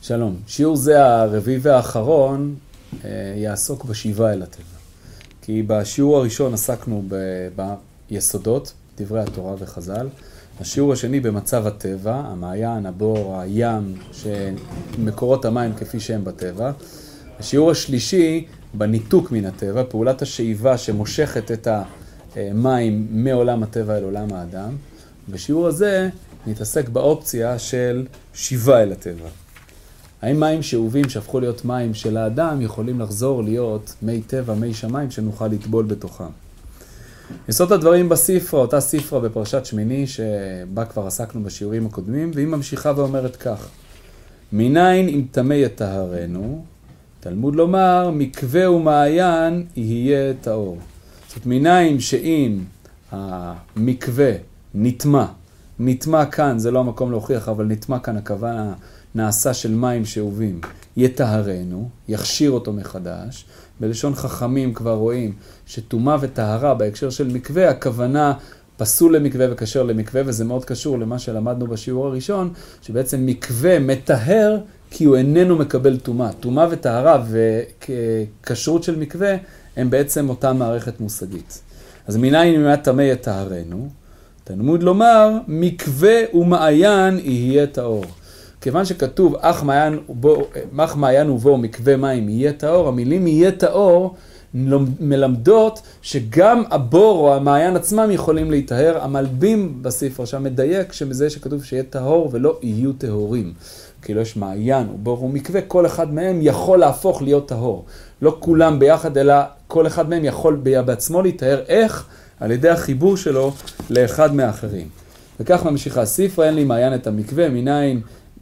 שלום, שיעור זה הרביעי והאחרון יעסוק בשיבה אל הטבע. כי בשיעור הראשון עסקנו ביסודות, דברי התורה וחז"ל. השיעור השני במצב הטבע, המעיין, הבור, הים, מקורות המים כפי שהם בטבע. השיעור השלישי בניתוק מן הטבע, פעולת השאיבה שמושכת את המים מעולם הטבע אל עולם האדם. בשיעור הזה נתעסק באופציה של שיבה אל הטבע. האם מים שאובים שהפכו להיות מים של האדם יכולים לחזור להיות מי טבע, מי שמיים שנוכל לטבול בתוכם? יסוד הדברים בספרה, אותה ספרה בפרשת שמיני שבה כבר עסקנו בשיעורים הקודמים, והיא ממשיכה ואומרת כך: מניין אם טמא יטהרנו, תלמוד לומר מקווה ומעיין יהיה טהור. זאת מניין שאם המקווה נטמא כאן, זה לא המקום להוכיח, אבל נטמא כאן הכוונה נעשה של מים שאובים, יטהרנו, יכשיר אותו מחדש. בלשון חכמים כבר רואים שטומאה וטהרה בהקשר של מקווה, הכוונה פסול למקווה וכשר למקווה, וזה מאוד קשור למה שלמדנו בשיעור הראשון, שבעצם מקווה מטהר כי הוא איננו מקבל טומאה. טומאה וטהרה וכשרות של מקווה הם בעצם אותה מערכת מושגית. אז מניין אם טמא יטהרנו, תלמוד לומר מקווה ומעיין יהיה טהור. כיוון שכתוב אך מעיין ובו מקווה מים יהיה טהור, המילים יהיה טהור מלמדות שגם הבור או המעיין עצמם יכולים להיטהר. המלבים בספר שם מדייק שבזה שכתוב שיהיה טהור ולא יהיו טהורים. כאילו יש מעיין ובור ומקווה, כל אחד מהם יכול להפוך להיות טהור. לא כולם ביחד, אלא כל אחד מהם יכול בעצמו להיטהר. איך? על ידי החיבור שלו לאחד מהאחרים. וכך ממשיכה הספרה, אין לי מעיין את המקווה, מניין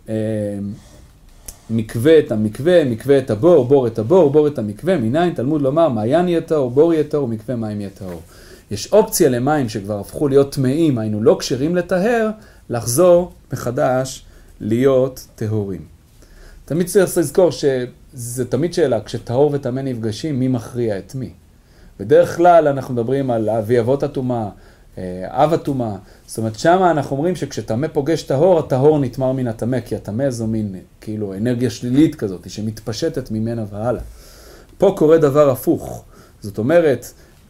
מקווה את המקווה, מקווה את הבור, בור את הבור, בור את המקווה, מניין תלמוד לומר מעיין יהיה טהור, בור יהיה טהור, מקווה מים יהיה טהור. יש אופציה למים שכבר הפכו להיות טמאים, היינו לא כשרים לטהר, לחזור מחדש להיות טהורים. תמיד צריך לזכור שזה תמיד שאלה, כשטהור וטמא נפגשים, מי מכריע את מי? בדרך כלל אנחנו מדברים על אבי אבות הטומאה, אב הטומאה. זאת אומרת, שמה אנחנו אומרים שכשטמא פוגש טהור, הטהור נתמר מן הטמא, כי הטמא זו מין כאילו אנרגיה שלילית כזאת, שמתפשטת ממנה והלאה. פה קורה דבר הפוך. זאת אומרת,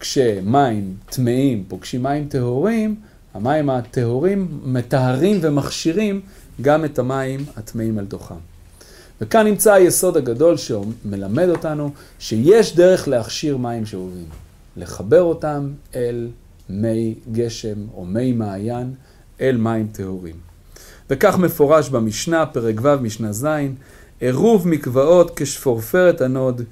כשמים טמאים פוגשים מים טהורים, המים הטהורים מטהרים ומכשירים גם את המים הטמאים על תוכם. וכאן נמצא היסוד הגדול שמלמד אותנו שיש דרך להכשיר מים שאובים, לחבר אותם אל מי גשם או מי מעיין, אל מים טהורים. וכך מפורש במשנה, פרק ו' משנה ז', עירוב מקוואות כשפורפרת הנוד,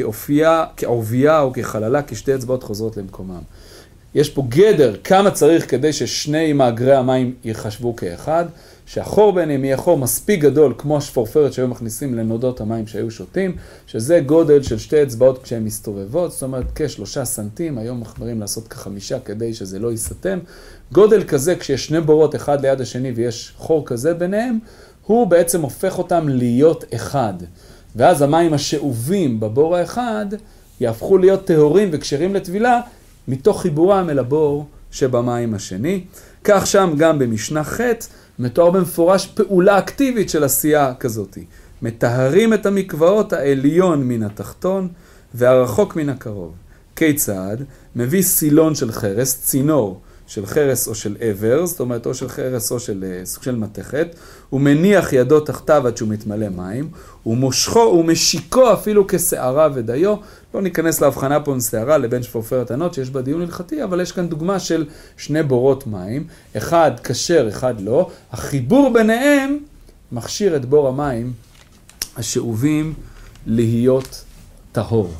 כעובייה או כחללה, כשתי אצבעות חוזרות למקומם. יש פה גדר כמה צריך כדי ששני מאגרי המים יחשבו כאחד, שהחור ביניהם יהיה חור מספיק גדול כמו השפורפרת שהיו מכניסים לנודות המים שהיו שותים, שזה גודל של שתי אצבעות כשהן מסתובבות, זאת אומרת כ3 סנטים, היום מחברים לעשות כ5 כדי שזה לא ייסתם. גודל כזה כשיש שני בורות אחד ליד השני ויש חור כזה ביניהם, הוא בעצם הופך אותם להיות אחד. ואז המים השאובים בבור האחד יהפכו להיות טהורים וכשרים לטבילה מתוך חיבורם אל הבור שבמים השני. כך שם גם במשנה ח' מתואר במפורש פעולה אקטיבית של עשייה כזאת. מטהרים את המקוואות העליון מן התחתון והרחוק מן הקרוב. כיצד? מביא סילון של חרס, צינור של חרס או של עבר, זאת אומרת או של חרס או של סוג של מתכת, הוא מניח ידו תחתיו עד שהוא מתמלא מים, ומושכו ומשיקו אפילו כשערה ודיו. לא ניכנס להבחנה פה עם שערה לבין שפורפרת הנוד שיש בה דיון הלכתי, אבל יש כאן דוגמה של שני בורות מים, אחד כשר, אחד לא. החיבור ביניהם מכשיר את בור המים השאובים להיות טהור.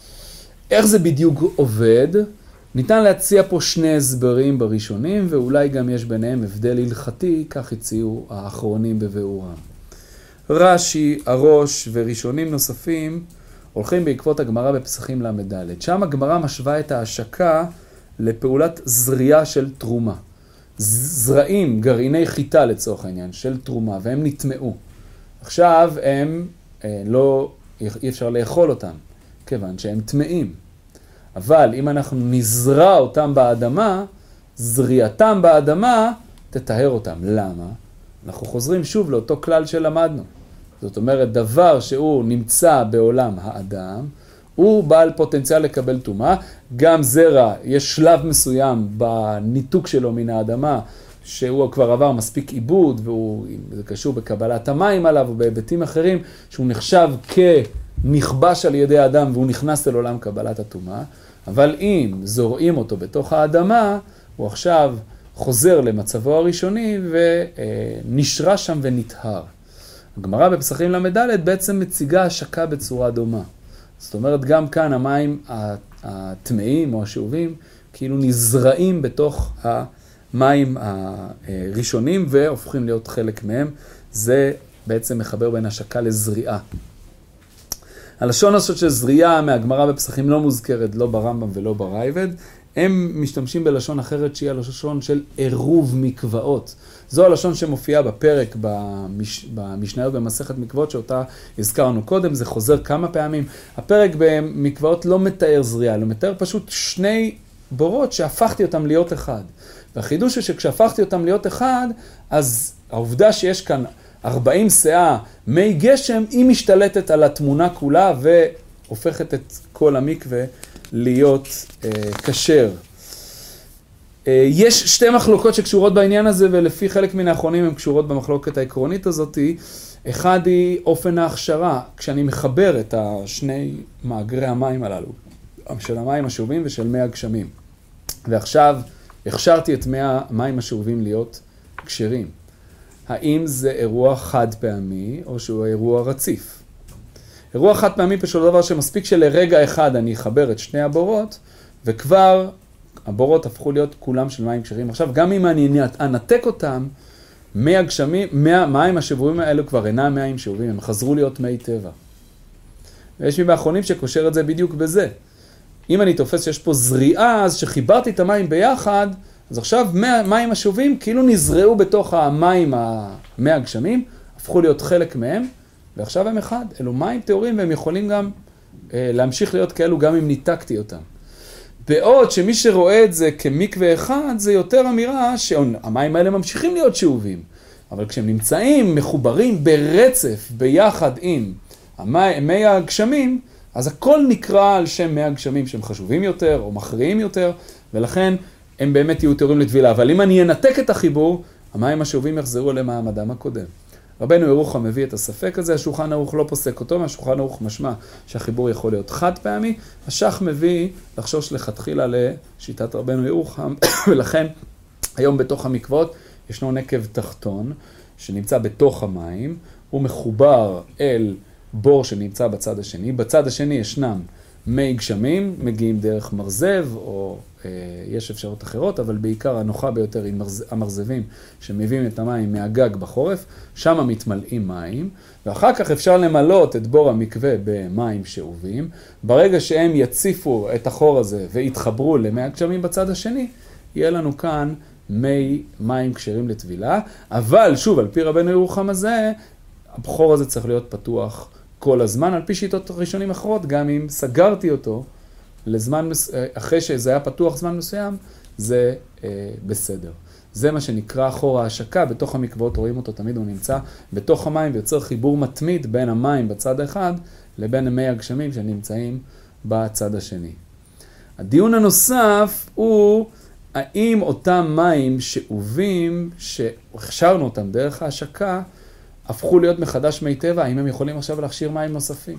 איך זה בדיוק עובד? ניתן להציע פה שני הסברים בראשונים, ואולי גם יש ביניהם הבדל הלכתי, כך הציעו האחרונים בביאורם. רש"י, הראש וראשונים נוספים הולכים בעקבות הגמרא בפסחים ל"ד. שם הגמרא משווה את ההשקה לפעולת זריעה של תרומה. זרעים, גרעיני חיטה לצורך העניין, של תרומה, והם נטמעו. עכשיו הם אי אפשר לאכול אותם, כיוון שהם טמאים. אבל אם אנחנו נזרע אותם באדמה, זריעתם באדמה תטהר אותם. למה? אנחנו חוזרים שוב לאותו כלל שלמדנו. זאת אומרת, דבר שהוא נמצא בעולם האדם, הוא בעל פוטנציאל לקבל טומאה. גם זרע, יש שלב מסוים בניתוק שלו מן האדמה, שהוא כבר עבר מספיק עיבוד, וזה קשור בקבלת המים עליו, ובהיבטים אחרים, שהוא נחשב כנכבש על ידי האדם, והוא נכנס אל עולם קבלת הטומאה. אבל אם זורעים אותו בתוך האדמה, הוא עכשיו חוזר למצבו הראשוני, ונשרה שם ונטהר. הגמרא בפסחים למדלת בעצם מציגה השקה בצורה דומה. זאת אומרת, גם כאן המים הטמאים או השאובים, כאילו נזרעים בתוך המים הראשונים, והופכים להיות חלק מהם. זה בעצם מחבר בין השקה לזריעה. הלשון הזאת של זריעה מהגמרא בפסחים לא מוזכרת, לא ברמב"ם ולא ברייבד. הם משתמשים בלשון אחרת שהיא הלשון של עירוב מקוואות. זו הלשון שמופיעה בפרק במשניות במסכת מקוואות שאותה הזכרנו קודם, זה חוזר כמה פעמים. הפרק במקוואות לא מתאר זריעה, לא מתאר פשוט שני בורות שהפכתי אותם להיות אחד. והחידוש הוא שכשהפכתי אותם להיות אחד, אז העובדה שיש כאן 40 שאה מי גשם, היא משתלטת על התמונה כולה והופכת את כל המקווה להיות כשר. יש שתי מחלוקות שקשורות בעניין הזה, ולפי חלק מן האחרונים הן קשורות במחלוקת העקרונית הזאת. אחד היא אופן ההכשרה, כשאני מחבר את השני מאגרי המים הללו, של המים השאובים ושל מי הגשמים. ועכשיו הכשרתי את מי המים השאובים להיות כשרים. האם זה אירוע חד פעמי או שהוא אירוע רציף? אירוע חד פעמי פשוט דבר שמספיק שלרגע אחד אני אחבר את שני הבורות, וכבר הבורות הפכו להיות כולם של מים כשרים. עכשיו, גם אם אני אנתק אותם, מי הגשמים, מים השאובים האלו כבר אינם מים שאובים, הם חזרו להיות מי טבע. ויש מי באחרונים שקושר את זה בדיוק בזה. אם אני תופס שיש פה זריעה, אז שחיברתי את המים ביחד, אז עכשיו מים השאובים כאילו נזרעו בתוך המים, מי הגשמים, הפכו להיות חלק מהם, ועכשיו הם אחד. אלו מים טהורים, והם יכולים גם להמשיך להיות כאלו גם אם ניתקתי אותם. בעוד שמי שרואה את זה כמקווה אחד, זה יותר אמירה שהמים האלה ממשיכים להיות שאובים. אבל כשהם נמצאים, מחוברים ברצף, ביחד עם מי הגשמים, אז הכל נקרא על שם מי הגשמים שהם חשובים יותר או מכריעים יותר, ולכן הם באמת יהיו טהורים לטבילה. אבל אם אני אנתק את החיבור, המים השאובים יחזרו למעמדם הקודם. רבנו ירוחם מביא את הספק הזה, השולחן ערוך לא פוסק אותו, מהשולחן ערוך משמע שהחיבור יכול להיות חד פעמי, השח מביא לחשוש לכתחילה לשיטת רבנו ירוחם, ולכן היום בתוך המקוות ישנו נקב תחתון שנמצא בתוך המים, הוא מחובר אל בור שנמצא בצד השני, בצד השני ישנם מי גשמים, מגיעים דרך מרזב או יש אפשרות אחרות, אבל בעיקר הנוחה ביותר עם המרזבים שמביאים את המים מהגג בחורף, שם מתמלאים מים, ואחר כך אפשר למלות את בור המקווה במים שאובים. ברגע שהם יציפו את החור הזה והתחברו למי הגשמים בצד השני, יהיה לנו כאן מים כשרים לטבילה, אבל שוב, על פי רבנו ירוחם הזה, החור הזה צריך להיות פתוח כל הזמן, על פי שיטות ראשונים אחרות, גם אם סגרתי אותו לזמן, אחרי שזה היה פתוח זמן מסוים, זה בסדר. זה מה שנקרא חור ההשקה, בתוך המקוואות רואים אותו, תמיד הוא נמצא בתוך המים, ויוצר חיבור מתמיד בין המים בצד האחד, לבין מי הגשמים שנמצאים בצד השני. הדיון הנוסף הוא, האם אותם מים שאובים, שהכשרנו אותם דרך ההשקה, הפכו להיות מחדש מי טבע, האם הם יכולים עכשיו להכשיר מים נוספים?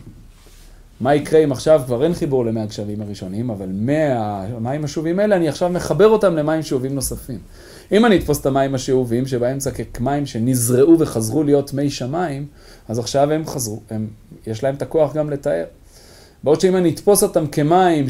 מה יקרה אם עכשיו כבר אין חיבור למי הגשמים הראשונים, אבל מהמים השאובים האלה אני עכשיו מחבר אותם למים שאובים נוספים. אם אני אתפוס את המים השאובים שבאמצע כמים שנזרעו וחזרו להיות מי שמיים, אז עכשיו הם חזרו, יש להם את הכוח גם לתאר. בעוד שאם אני אתפוס אותם כמים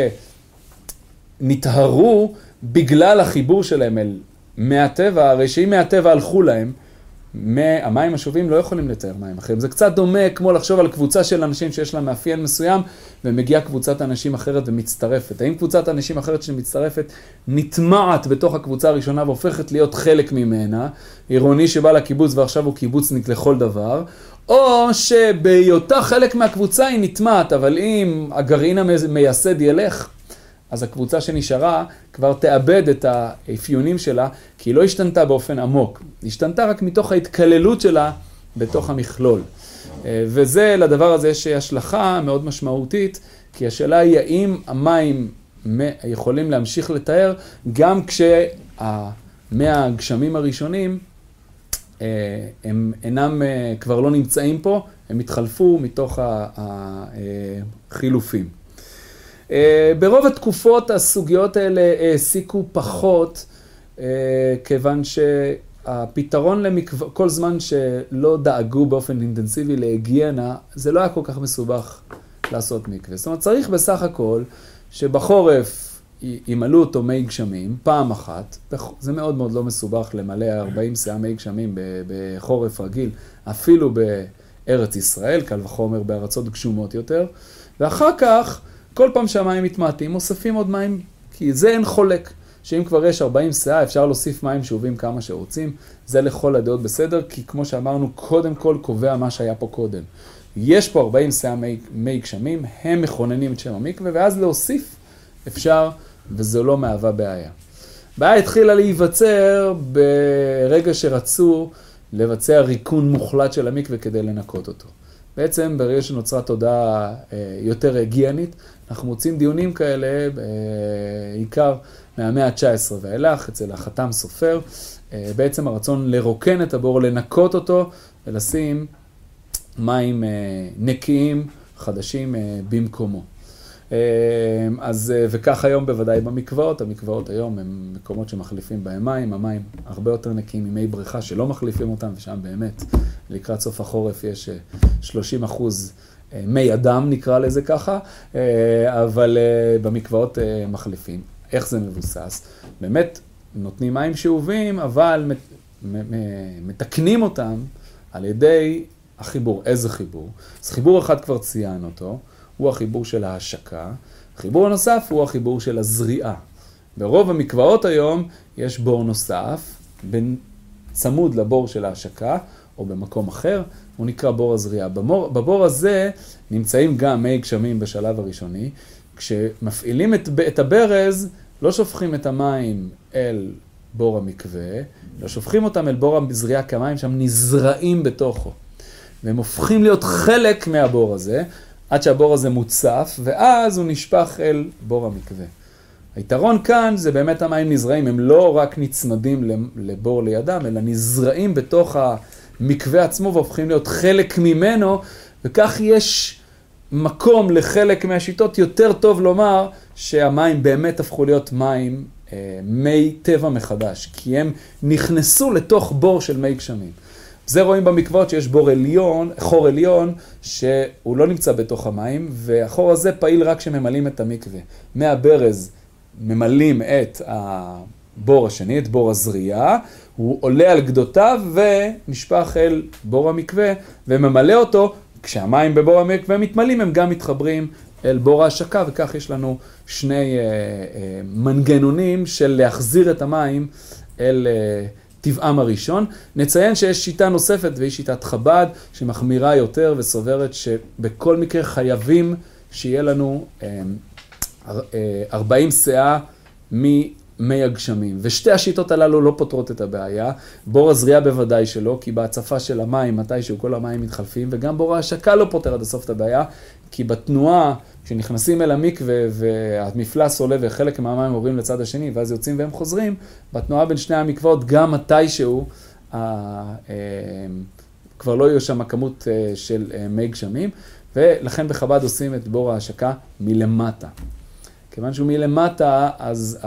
שנטהרו בגלל החיבור שלהם אל מי הטבע, הרי שאם מי הטבע הלכו להם, המים השאובים לא יכולים לתאר מים אחרים. זה קצת דומה כמו לחשוב על קבוצה של אנשים שיש לה מאפיין מסוים, ומגיעה קבוצת אנשים אחרת ומצטרפת. האם קבוצת אנשים אחרת שמצטרפת נטמעת בתוך הקבוצה הראשונה והופכת להיות חלק ממנה, עירוני שבא לקיבוץ ועכשיו הוא קיבוצניק לכל דבר, או שבהיותה חלק מהקבוצה היא נטמעת, אבל אם הגרעין המייסד ילך, אז הקבוצה שנשארה כבר תאבד את האפיונים שלה, כי היא לא השתנתה באופן עמוק. היא השתנתה רק מתוך ההתקללות שלה בתוך המכלול. וזה, לדבר הזה יש השלכה מאוד משמעותית, כי השאלה היא האם המים יכולים להמשיך לתאר, גם מהגשמים הראשונים, הם אינם, כבר לא נמצאים פה, הם התחלפו מתוך החילופים. ברוב התקופות הסוגיות האלה העסיקו פחות, כיוון שהפתרון למקווה, כל זמן שלא דאגו באופן אינטנסיבי להיגיינה, זה לא היה כל כך מסובך לעשות מקווה. זאת אומרת, צריך בסך הכל שבחורף ימלאו אותו מי גשמים פעם אחת, זה מאוד מאוד לא מסובך למלא 40 שאה מי גשמים בחורף רגיל, אפילו בארץ ישראל, קל וחומר בארצות גשומות יותר, ואחר כך, כל פעם שהמים מתמעטים, מוספים עוד מים, כי זה אין חולק, שאם כבר יש 40 שאה, אפשר להוסיף מים שאובים כמה שרוצים, זה לכל הדעות בסדר, כי כמו שאמרנו, קודם כל קובע מה שהיה פה קודם. יש פה 40 שאה מי גשמים, הם מכוננים את שם המקווה, ואז להוסיף אפשר, וזו לא מהווה בעיה. בעיה התחילה להיווצר ברגע שרצו לבצע ריקון מוחלט של המקווה כדי לנקות אותו. בעצם ברגע שנוצרה תודעה יותר היגיינית, אנחנו מוצאים דיונים כאלה, בעיקר מהמאה ה-19 ואילך, אצל החתם סופר, בעצם הרצון לרוקן את הבור, לנקות אותו ולשים מים נקיים חדשים במקומו. אז, וכך היום בוודאי במקוואות, המקוואות היום הם מקומות שמחליפים בהם מים, המים הרבה יותר נקיים ממי בריכה שלא מחליפים אותם, ושם באמת לקראת סוף החורף יש 30% מי אדם נקרא לזה ככה, אבל במקוואות מחליפים. איך זה מבוסס? באמת נותנים מים שאובים, אבל מתקנים אותם על ידי החיבור. איזה חיבור? אז חיבור אחד כבר ציין אותו, הוא החיבור של ההשקה. החיבור הנוסף הוא החיבור של הזריעה. ברוב המקוואות היום יש בור נוסף, צמוד לבור של ההשקה, או במקום אחר, הוא נקרא בור הזריעה. בבור הזה נמצאים גם מי גשמים בשלב הראשוני. כשמפעילים את הברז, לא שופכים את המים אל בור המקווה, לא שופכים אותם אל בור הזריעה, כי המים שם נזרעים בתוכו. והם הופכים להיות חלק מהבור הזה, עד שהבור הזה מוצף, ואז הוא נשפך אל בור המקווה. היתרון כאן זה באמת המים נזרעים, הם לא רק נצמדים לבור לידם, אלא נזרעים בתוך המקווה עצמו, והופכים להיות חלק ממנו, וכך יש מקום לחלק מהשיטות יותר טוב לומר, שהמים באמת הפכו להיות מים, מי טבע מחדש, כי הם נכנסו לתוך בור של מי גשמים. זה רואים במקוואות שיש בור עליון, חור עליון, שהוא לא נמצא בתוך המים, והחור הזה פעיל רק כשממלאים את המקווה. מהברז ממלאים את הבור השני, את בור הזריעה, הוא עולה על גדותיו ונשפך אל בור המקווה, וממלא אותו, כשהמים בבור המקווה מתמלאים, הם גם מתחברים אל בור ההשקה, וכך יש לנו שני מנגנונים של להחזיר את המים אל טבעם הראשון. נציין שיש שיטה נוספת, והיא שיטת חב"ד, שמחמירה יותר וסוברת שבכל מקרה חייבים שיהיה לנו 40 שאה ממי הגשמים. ושתי השיטות הללו לא פותרות את הבעיה. בור הזריעה בוודאי שלא, כי בהצפה של המים, מתישהו כל המים מתחלפים, וגם בור ההשקה לא פותר עד הסוף את הבעיה, כי בתנועה, כשנכנסים אל המקווה והמפלס עולה וחלק מהמים עוברים לצד השני, ואז יוצאים והם חוזרים, בתנועה בין שני המקוואות גם מתישהו כבר לא יהיו שם כמות של מי גשמים, ולכן בחב"ד עושים את בור ההשקה מלמטה. כיוון שהוא מלמטה, אז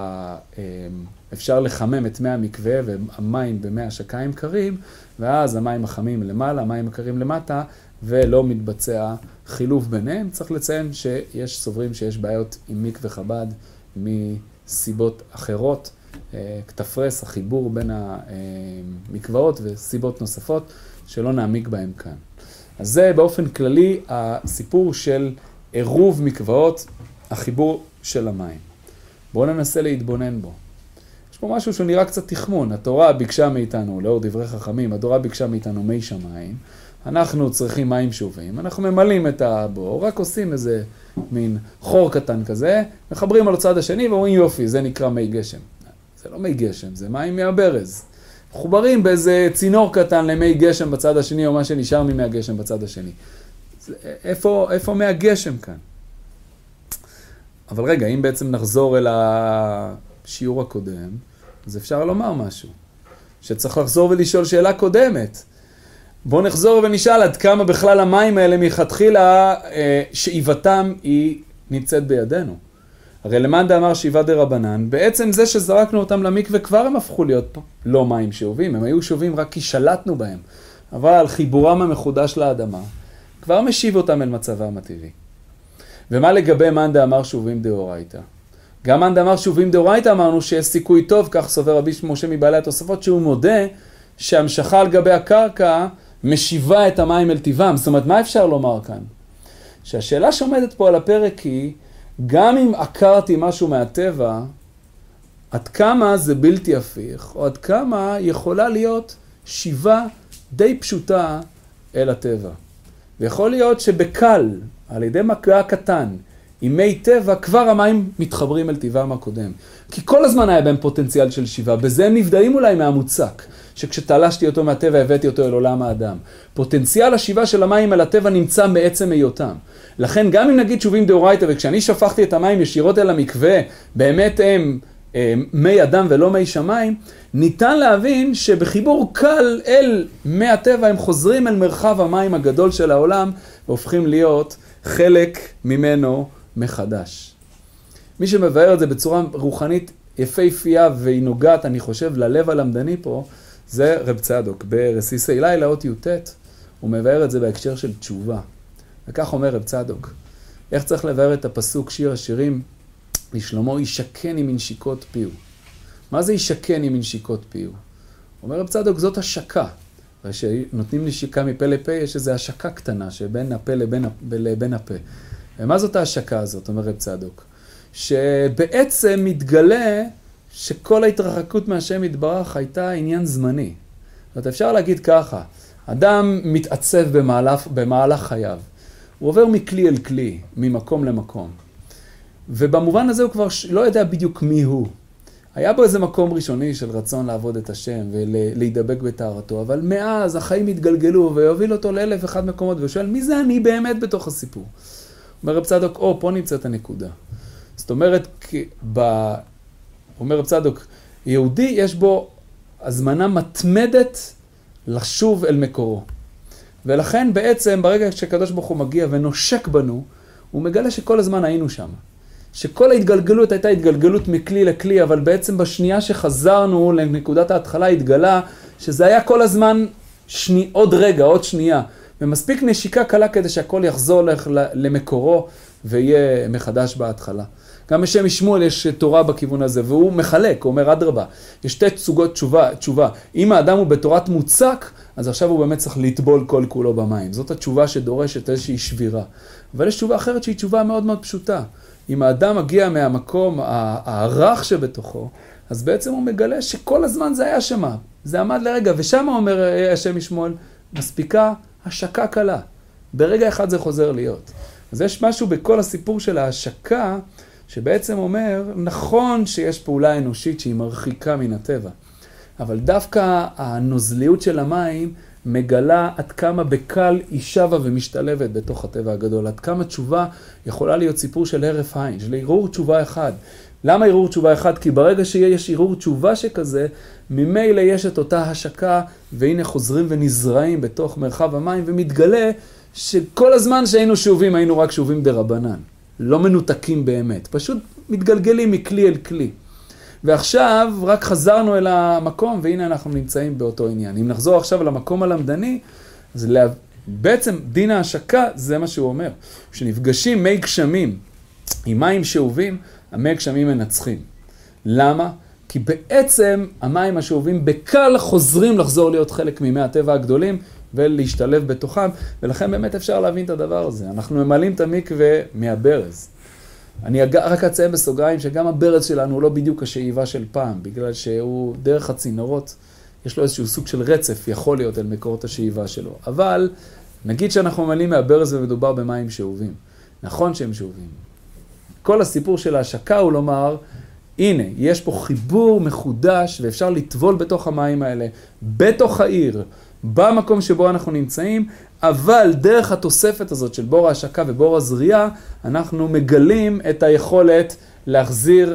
אפשר לחמם את מי המקווה, והמים במי ההשקה הם קרים, ואז המים החמים למעלה, המים הקרים למטה, ולא מתבצע חילוף ביניהם. צריך לציין שיש סוברים שיש בעיות עם מקווה חב"ד מסיבות אחרות, כתפרס, החיבור בין המקוואות וסיבות נוספות שלא נעמיק בהם כאן. אז זה באופן כללי הסיפור של עירוב מקוואות, החיבור של המים. בואו ננסה להתבונן בו. יש פה משהו שנראה קצת תחמון. התורה ביקשה מאיתנו, לאור דברי חכמים, התורה ביקשה מאיתנו מי שמיים. אנחנו צריכים מים שאובים, אנחנו ממלאים את הבור, רק עושים איזה מין חור קטן כזה, מחברים על הצד השני ואומרים יופי, זה נקרא מי גשם. זה לא מי גשם, זה מים מהברז. מחוברים באיזה צינור קטן למי גשם בצד השני, או מה שנשאר ממי הגשם בצד השני. איפה מי הגשם כאן? אבל רגע, אם בעצם נחזור אל השיעור הקודם, אז אפשר לומר משהו. שצריך לחזור ולשאול שאלה קודמת. בואו נחזור ונשאל עד כמה בכלל המים האלה מלכתחילה שאיבתם היא נמצאת בידינו. הרי למאן דאמר שאיבה דרבנן, בעצם זה שזרקנו אותם למקווה כבר הם הפכו להיות פה. לא מים שאובים, הם היו שאובים רק כי שלטנו בהם. אבל חיבורם המחודש לאדמה, כבר משיב אותם אל מצבם הטבעי. ומה לגבי מאן דאמר שאובים דאורייתא? גם מאן דאמר שאובים דאורייתא אמרנו שיש סיכוי טוב, כך סובר רבי משה מבעלי התוספות, שהוא מודה שהמשכה על גבי הקרקע משיבה את המים אל טבעם. זאת אומרת, מה אפשר לומר כאן? שהשאלה שעומדת פה על הפרק היא, גם אם עקרתי משהו מהטבע, עד כמה זה בלתי הפיך, או עד כמה יכולה להיות שיבה די פשוטה אל הטבע. ויכול להיות שבקל, על ידי מגע קטן, עם מי טבע, כבר המים מתחברים אל טבעם הקודם. כי כל הזמן היה בהם פוטנציאל של שיבה. בזה הם נבדלים אולי מהמוצק, שכשתלשתי אותו מהטבע, הבאתי אותו אל עולם האדם. פוטנציאל השיבה של המים אל הטבע נמצא מעצם היותם. לכן גם אם נגיד שאובים דאורייתא, וכשאני שפכתי את המים ישירות אל המקווה, באמת הם מי אדם ולא מי שמיים, ניתן להבין שבחיבור קל אל מי הטבע הם חוזרים אל מרחב המים הגדול של העולם, והופכים להיות חלק ממנו מחדש. מי שמבאר את זה בצורה רוחנית יפהפייה והיא נוגעת, אני חושב, ללב הלמדני פה, זה רב צדוק. ברסיסי לילה אות י"ט, הוא מבאר את זה בהקשר של תשובה. וכך אומר רב צדוק. איך צריך לבאר את הפסוק שיר השירים? לשלמה ישכן עם מנשיקות פיו. מה זה ישכן עם מנשיקות פיו? אומר רב צדוק, זאת השקה. כשנותנים נשיקה מפה לפה, יש איזו השקה קטנה שבין הפה לבין הפה. ומה זאת ההשקה הזאת, אומר רב צדוק? שבעצם מתגלה שכל ההתרחקות מהשם יתברך הייתה עניין זמני. זאת אומרת, אפשר להגיד ככה, אדם מתעצב במהלך חייו. הוא עובר מכלי אל כלי, ממקום למקום. ובמובן הזה הוא כבר לא יודע בדיוק מי הוא. היה בו איזה מקום ראשוני של רצון לעבוד את השם ולהידבק בטהרתו, אבל מאז החיים התגלגלו ויוביל אותו לאלף אחד מקומות, ושואל, מי זה אני באמת בתוך הסיפור? אומר רב צדוק, פה נמצאת הנקודה. זאת אומרת, אומר רב צדוק, יהודי יש בו הזמנה מתמדת לשוב אל מקורו. ולכן בעצם ברגע שקדוש ברוך הוא מגיע ונושק בנו, הוא מגלה שכל הזמן היינו שם. שכל ההתגלגלות הייתה התגלגלות מכלי לכלי, אבל בעצם בשנייה שחזרנו לנקודת ההתחלה התגלה שזה היה כל הזמן עוד רגע, עוד שנייה. ומספיק נשיקה קלה כדי שהכל יחזור למקורו ויהיה מחדש בהתחלה. גם בשם משמואל יש תורה בכיוון הזה, והוא מחלק, הוא אומר אדרבה, יש שתי סוגות תשובה. אם האדם הוא בתורת מוצק, אז עכשיו הוא באמת צריך לטבול כל כולו במים. זאת התשובה שדורשת איזושהי שבירה. אבל יש תשובה אחרת שהיא תשובה מאוד מאוד פשוטה. אם האדם מגיע מהמקום הערך שבתוכו, אז בעצם הוא מגלה שכל הזמן זה היה שמה. זה עמד לרגע, ושם אומר השם משמואל, מספיקה השקה קלה. ברגע אחד זה חוזר להיות. אז יש משהו בכל הסיפור של ההשקה, שבעצם אומר, נכון שיש פעולה אנושית שהיא מרחיקה מן הטבע, אבל דווקא הנוזליות של המים מגלה עד כמה בקל היא שווה ומשתלבת בתוך הטבע הגדול, עד כמה תשובה יכולה להיות סיפור של הרף עין, של ערעור תשובה אחד. למה ערעור תשובה אחד? כי ברגע שיש ערעור תשובה שכזה, ממילא יש את אותה השקה, והנה חוזרים ונזרעים בתוך מרחב המים, ומתגלה שכל הזמן שהיינו שאובים, היינו רק שאובים דרבנן. לא מנותקים באמת, פשוט מתגלגלים מכלי אל כלי. ועכשיו רק חזרנו אל המקום, והנה אנחנו נמצאים באותו עניין. אם נחזור עכשיו למקום הלמדני, אז בעצם דין ההשקה זה מה שהוא אומר. כשנפגשים מי גשמים עם מים שאובים, המי גשמים מנצחים. למה? כי בעצם המים השאובים בקל חוזרים לחזור להיות חלק ממי הטבע הגדולים, ולהשתלב בתוכם, ולכן באמת אפשר להבין את הדבר הזה. אנחנו ממלאים את המקווה מהברז. אני רק אציין בסוגריים שגם הברז שלנו הוא לא בדיוק השאיבה של פעם, בגלל שהוא דרך הצינורות, יש לו איזשהו סוג של רצף, יכול להיות אל מקורות השאיבה שלו. אבל נגיד שאנחנו ממלאים מהברז ומדובר במים שאובים. נכון שהם שאובים. כל הסיפור של ההשקה הוא לומר, הנה, יש פה חיבור מחודש, ואפשר לטבול בתוך המים האלה, בתוך העיר, במקום שבו אנחנו נמצאים, אבל דרך התוספת הזאת של בור ההשקה ובור הזריעה, אנחנו מגלים את היכולת להחזיר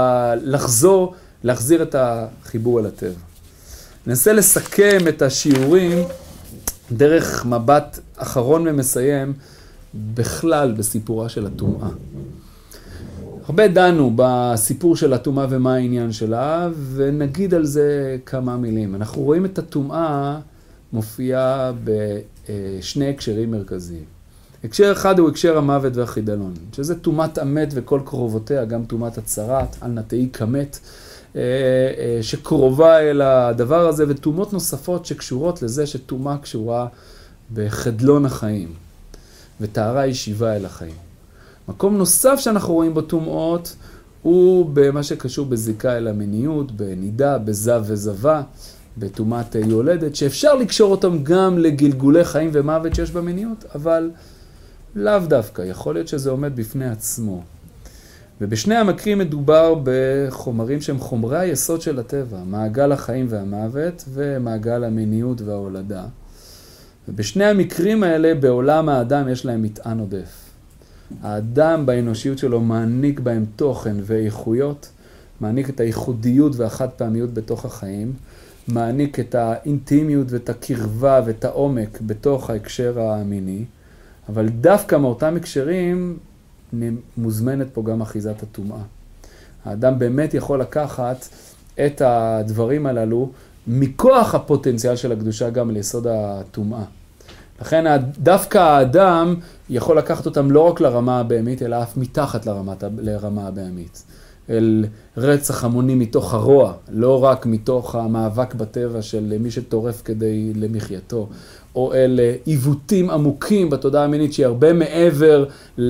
את החיבור אל הטבע. ננסה לסכם את השיעורים דרך מבט אחרון ומסיים בכלל בסיפורה של הטומאה. הרבה דנו בסיפור של הטומאה ומה העניין שלה, ונגיד על זה כמה מילים. אנחנו רואים את הטומאה מופיעה בשני הקשרים מרכזיים. הקשר אחד הוא הקשר המוות והחידלון, שזה טומאת המת וכל קרובותיה, גם טומאת הצרת, על נטעי כמת, שקרובה אל הדבר הזה, וטומאות נוספות שקשורות לזה שטומאה קשורה בחדלון החיים, וטהרה היא שיבה אל החיים. מקום נוסף שאנחנו רואים בטומאות הוא במה שקשור בזיקה אל המיניות, בנידה, בזב וזבה, בטומאת יולדת, שאפשר לקשור אותם גם לגלגולי חיים ומוות שיש במיניות, אבל לאו דווקא, יכול להיות שזה עומד בפני עצמו. ובשני המקרים מדובר בחומרים שהם חומרי היסוד של הטבע, מעגל החיים והמוות ומעגל המיניות וההולדה. ובשני המקרים האלה בעולם האדם יש להם מטען עודף. האדם באנושיות שלו מעניק בהם תוכן ואיכויות, מעניק את הייחודיות והחד פעמיות בתוך החיים, מעניק את האינטימיות ואת הקרבה ואת העומק בתוך ההקשר המיני, אבל דווקא מאותם הקשרים מוזמנת פה גם אחיזת הטומאה. האדם באמת יכול לקחת את הדברים הללו מכוח הפוטנציאל של הקדושה גם ליסוד הטומאה. לכן דווקא האדם יכול לקחת אותם לא רק לרמה הבהמית, אלא אף מתחת לרמה הבהמית. אל רצח המוני מתוך הרוע, לא רק מתוך המאבק בטבע של מי שטורף כדי למחייתו, או אל עיוותים עמוקים בתודעה המינית שהיא הרבה מעבר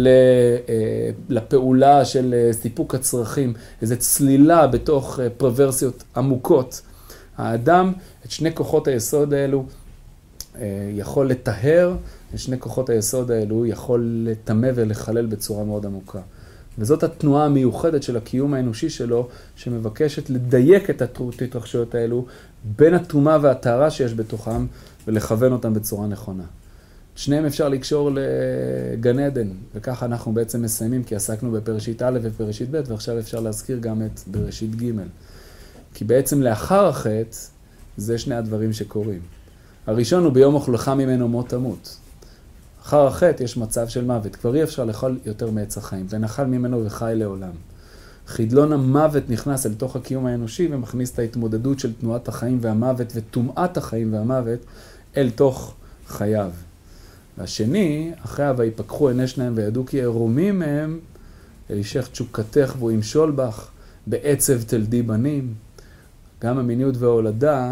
לפעולה של סיפוק הצרכים, איזו צלילה בתוך פרוורסיות עמוקות. האדם, את שני כוחות היסוד האלו, יכול לטהר, את שני כוחות היסוד האלו יכול לטמא ולחלל בצורה מאוד עמוקה. וזאת התנועה המיוחדת של הקיום האנושי שלו, שמבקשת לדייק את ההתרחשויות האלו בין הטומאה והטהרה שיש בתוכם, ולכוון אותם בצורה נכונה. שניהם אפשר לקשור לגן עדן, וככה אנחנו בעצם מסיימים, כי עסקנו בפרשית א' ופרשית ב', ועכשיו אפשר להזכיר גם את בראשית ג'. כי בעצם לאחר החטא, זה שני הדברים שקורים. הראשון הוא ביום אוכלך ממנו מות תמות. אחר החטא יש מצב של מוות, כבר אי אפשר לאכול יותר מעץ החיים, ונחל ממנו וחי לעולם. חדלון המוות נכנס אל תוך הקיום האנושי, ומכניס את ההתמודדות של תנועת החיים והמוות, וטומאת החיים והמוות, אל תוך חייו. והשני, אחרי ויפקחו עיני שניהם וידעו כי ערומים מהם, אלישך תשוקתך והוא ימשול בך, בעצב תלדי בנים. גם המיניות וההולדה,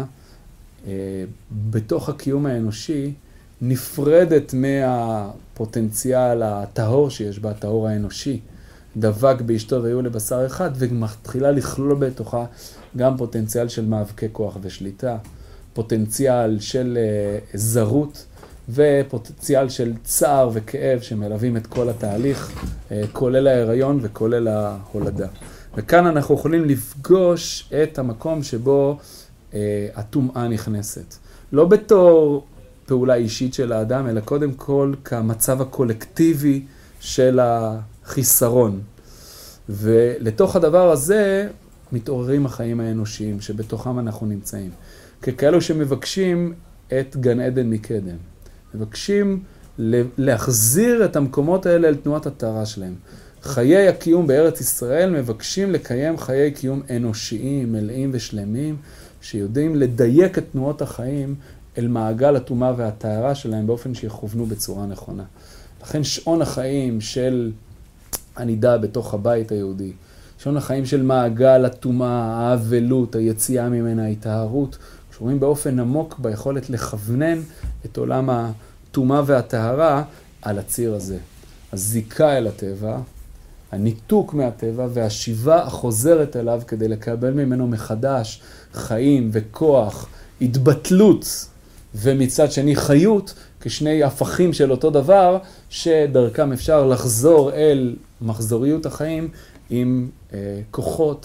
בתוך הקיום האנושי, נפרדת מהפוטנציאל הטהור שיש בה, הטהור האנושי. דבק באשתו והיו לבשר אחד, ומתחילה לכלול בתוכה גם פוטנציאל של מאבקי כוח ושליטה, פוטנציאל של זרות, ופוטנציאל של צער וכאב שמלווים את כל התהליך, כולל ההיריון וכולל ההולדה. וכאן אנחנו יכולים לפגוש את המקום שבו הטומאה נכנסת. לא בתור פעולה אישית של האדם, אלא קודם כל כמצב הקולקטיבי של החיסרון. ולתוך הדבר הזה מתעוררים החיים האנושיים שבתוכם אנחנו נמצאים. ככאלו שמבקשים את גן עדן מקדם. מבקשים להחזיר את המקומות האלה אל תנועת הטהרה שלהם. חיי הקיום בארץ ישראל מבקשים לקיים חיי קיום אנושיים, מלאים ושלמים, שיודעים לדייק את תנועות החיים אל מעגל הטומאה והטהרה שלהם באופן שיכוונו בצורה נכונה. לכן שעון החיים של הנידה בתוך הבית היהודי, שעון החיים של מעגל הטומאה, האבלות, היציאה ממנה, ההיטהרות, קשורים באופן עמוק ביכולת לכוונן את עולם הטומאה והטהרה על הציר הזה. הזיקה אל הטבע, הניתוק מהטבע והשיבה החוזרת אליו כדי לקבל ממנו מחדש חיים וכוח, התבטלות ומצד שני חיות, כשני הפכים של אותו דבר, שדרכם אפשר לחזור אל מחזוריות החיים עם כוחות,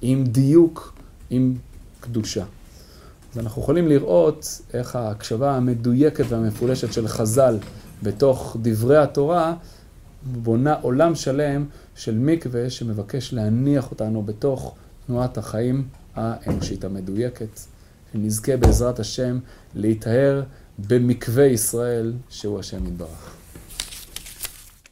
עם דיוק, עם קדושה. אז אנחנו יכולים לראות איך ההקשבה המדויקת והמפולשת של חז"ל בתוך דברי התורה בונה עולם שלם של מקווה שמבקש להניח אותנו בתוך תנועת החיים האנושית המדויקת. שנזכה בעזרת השם להיטהר במקווה ישראל שהוא השם יתברך.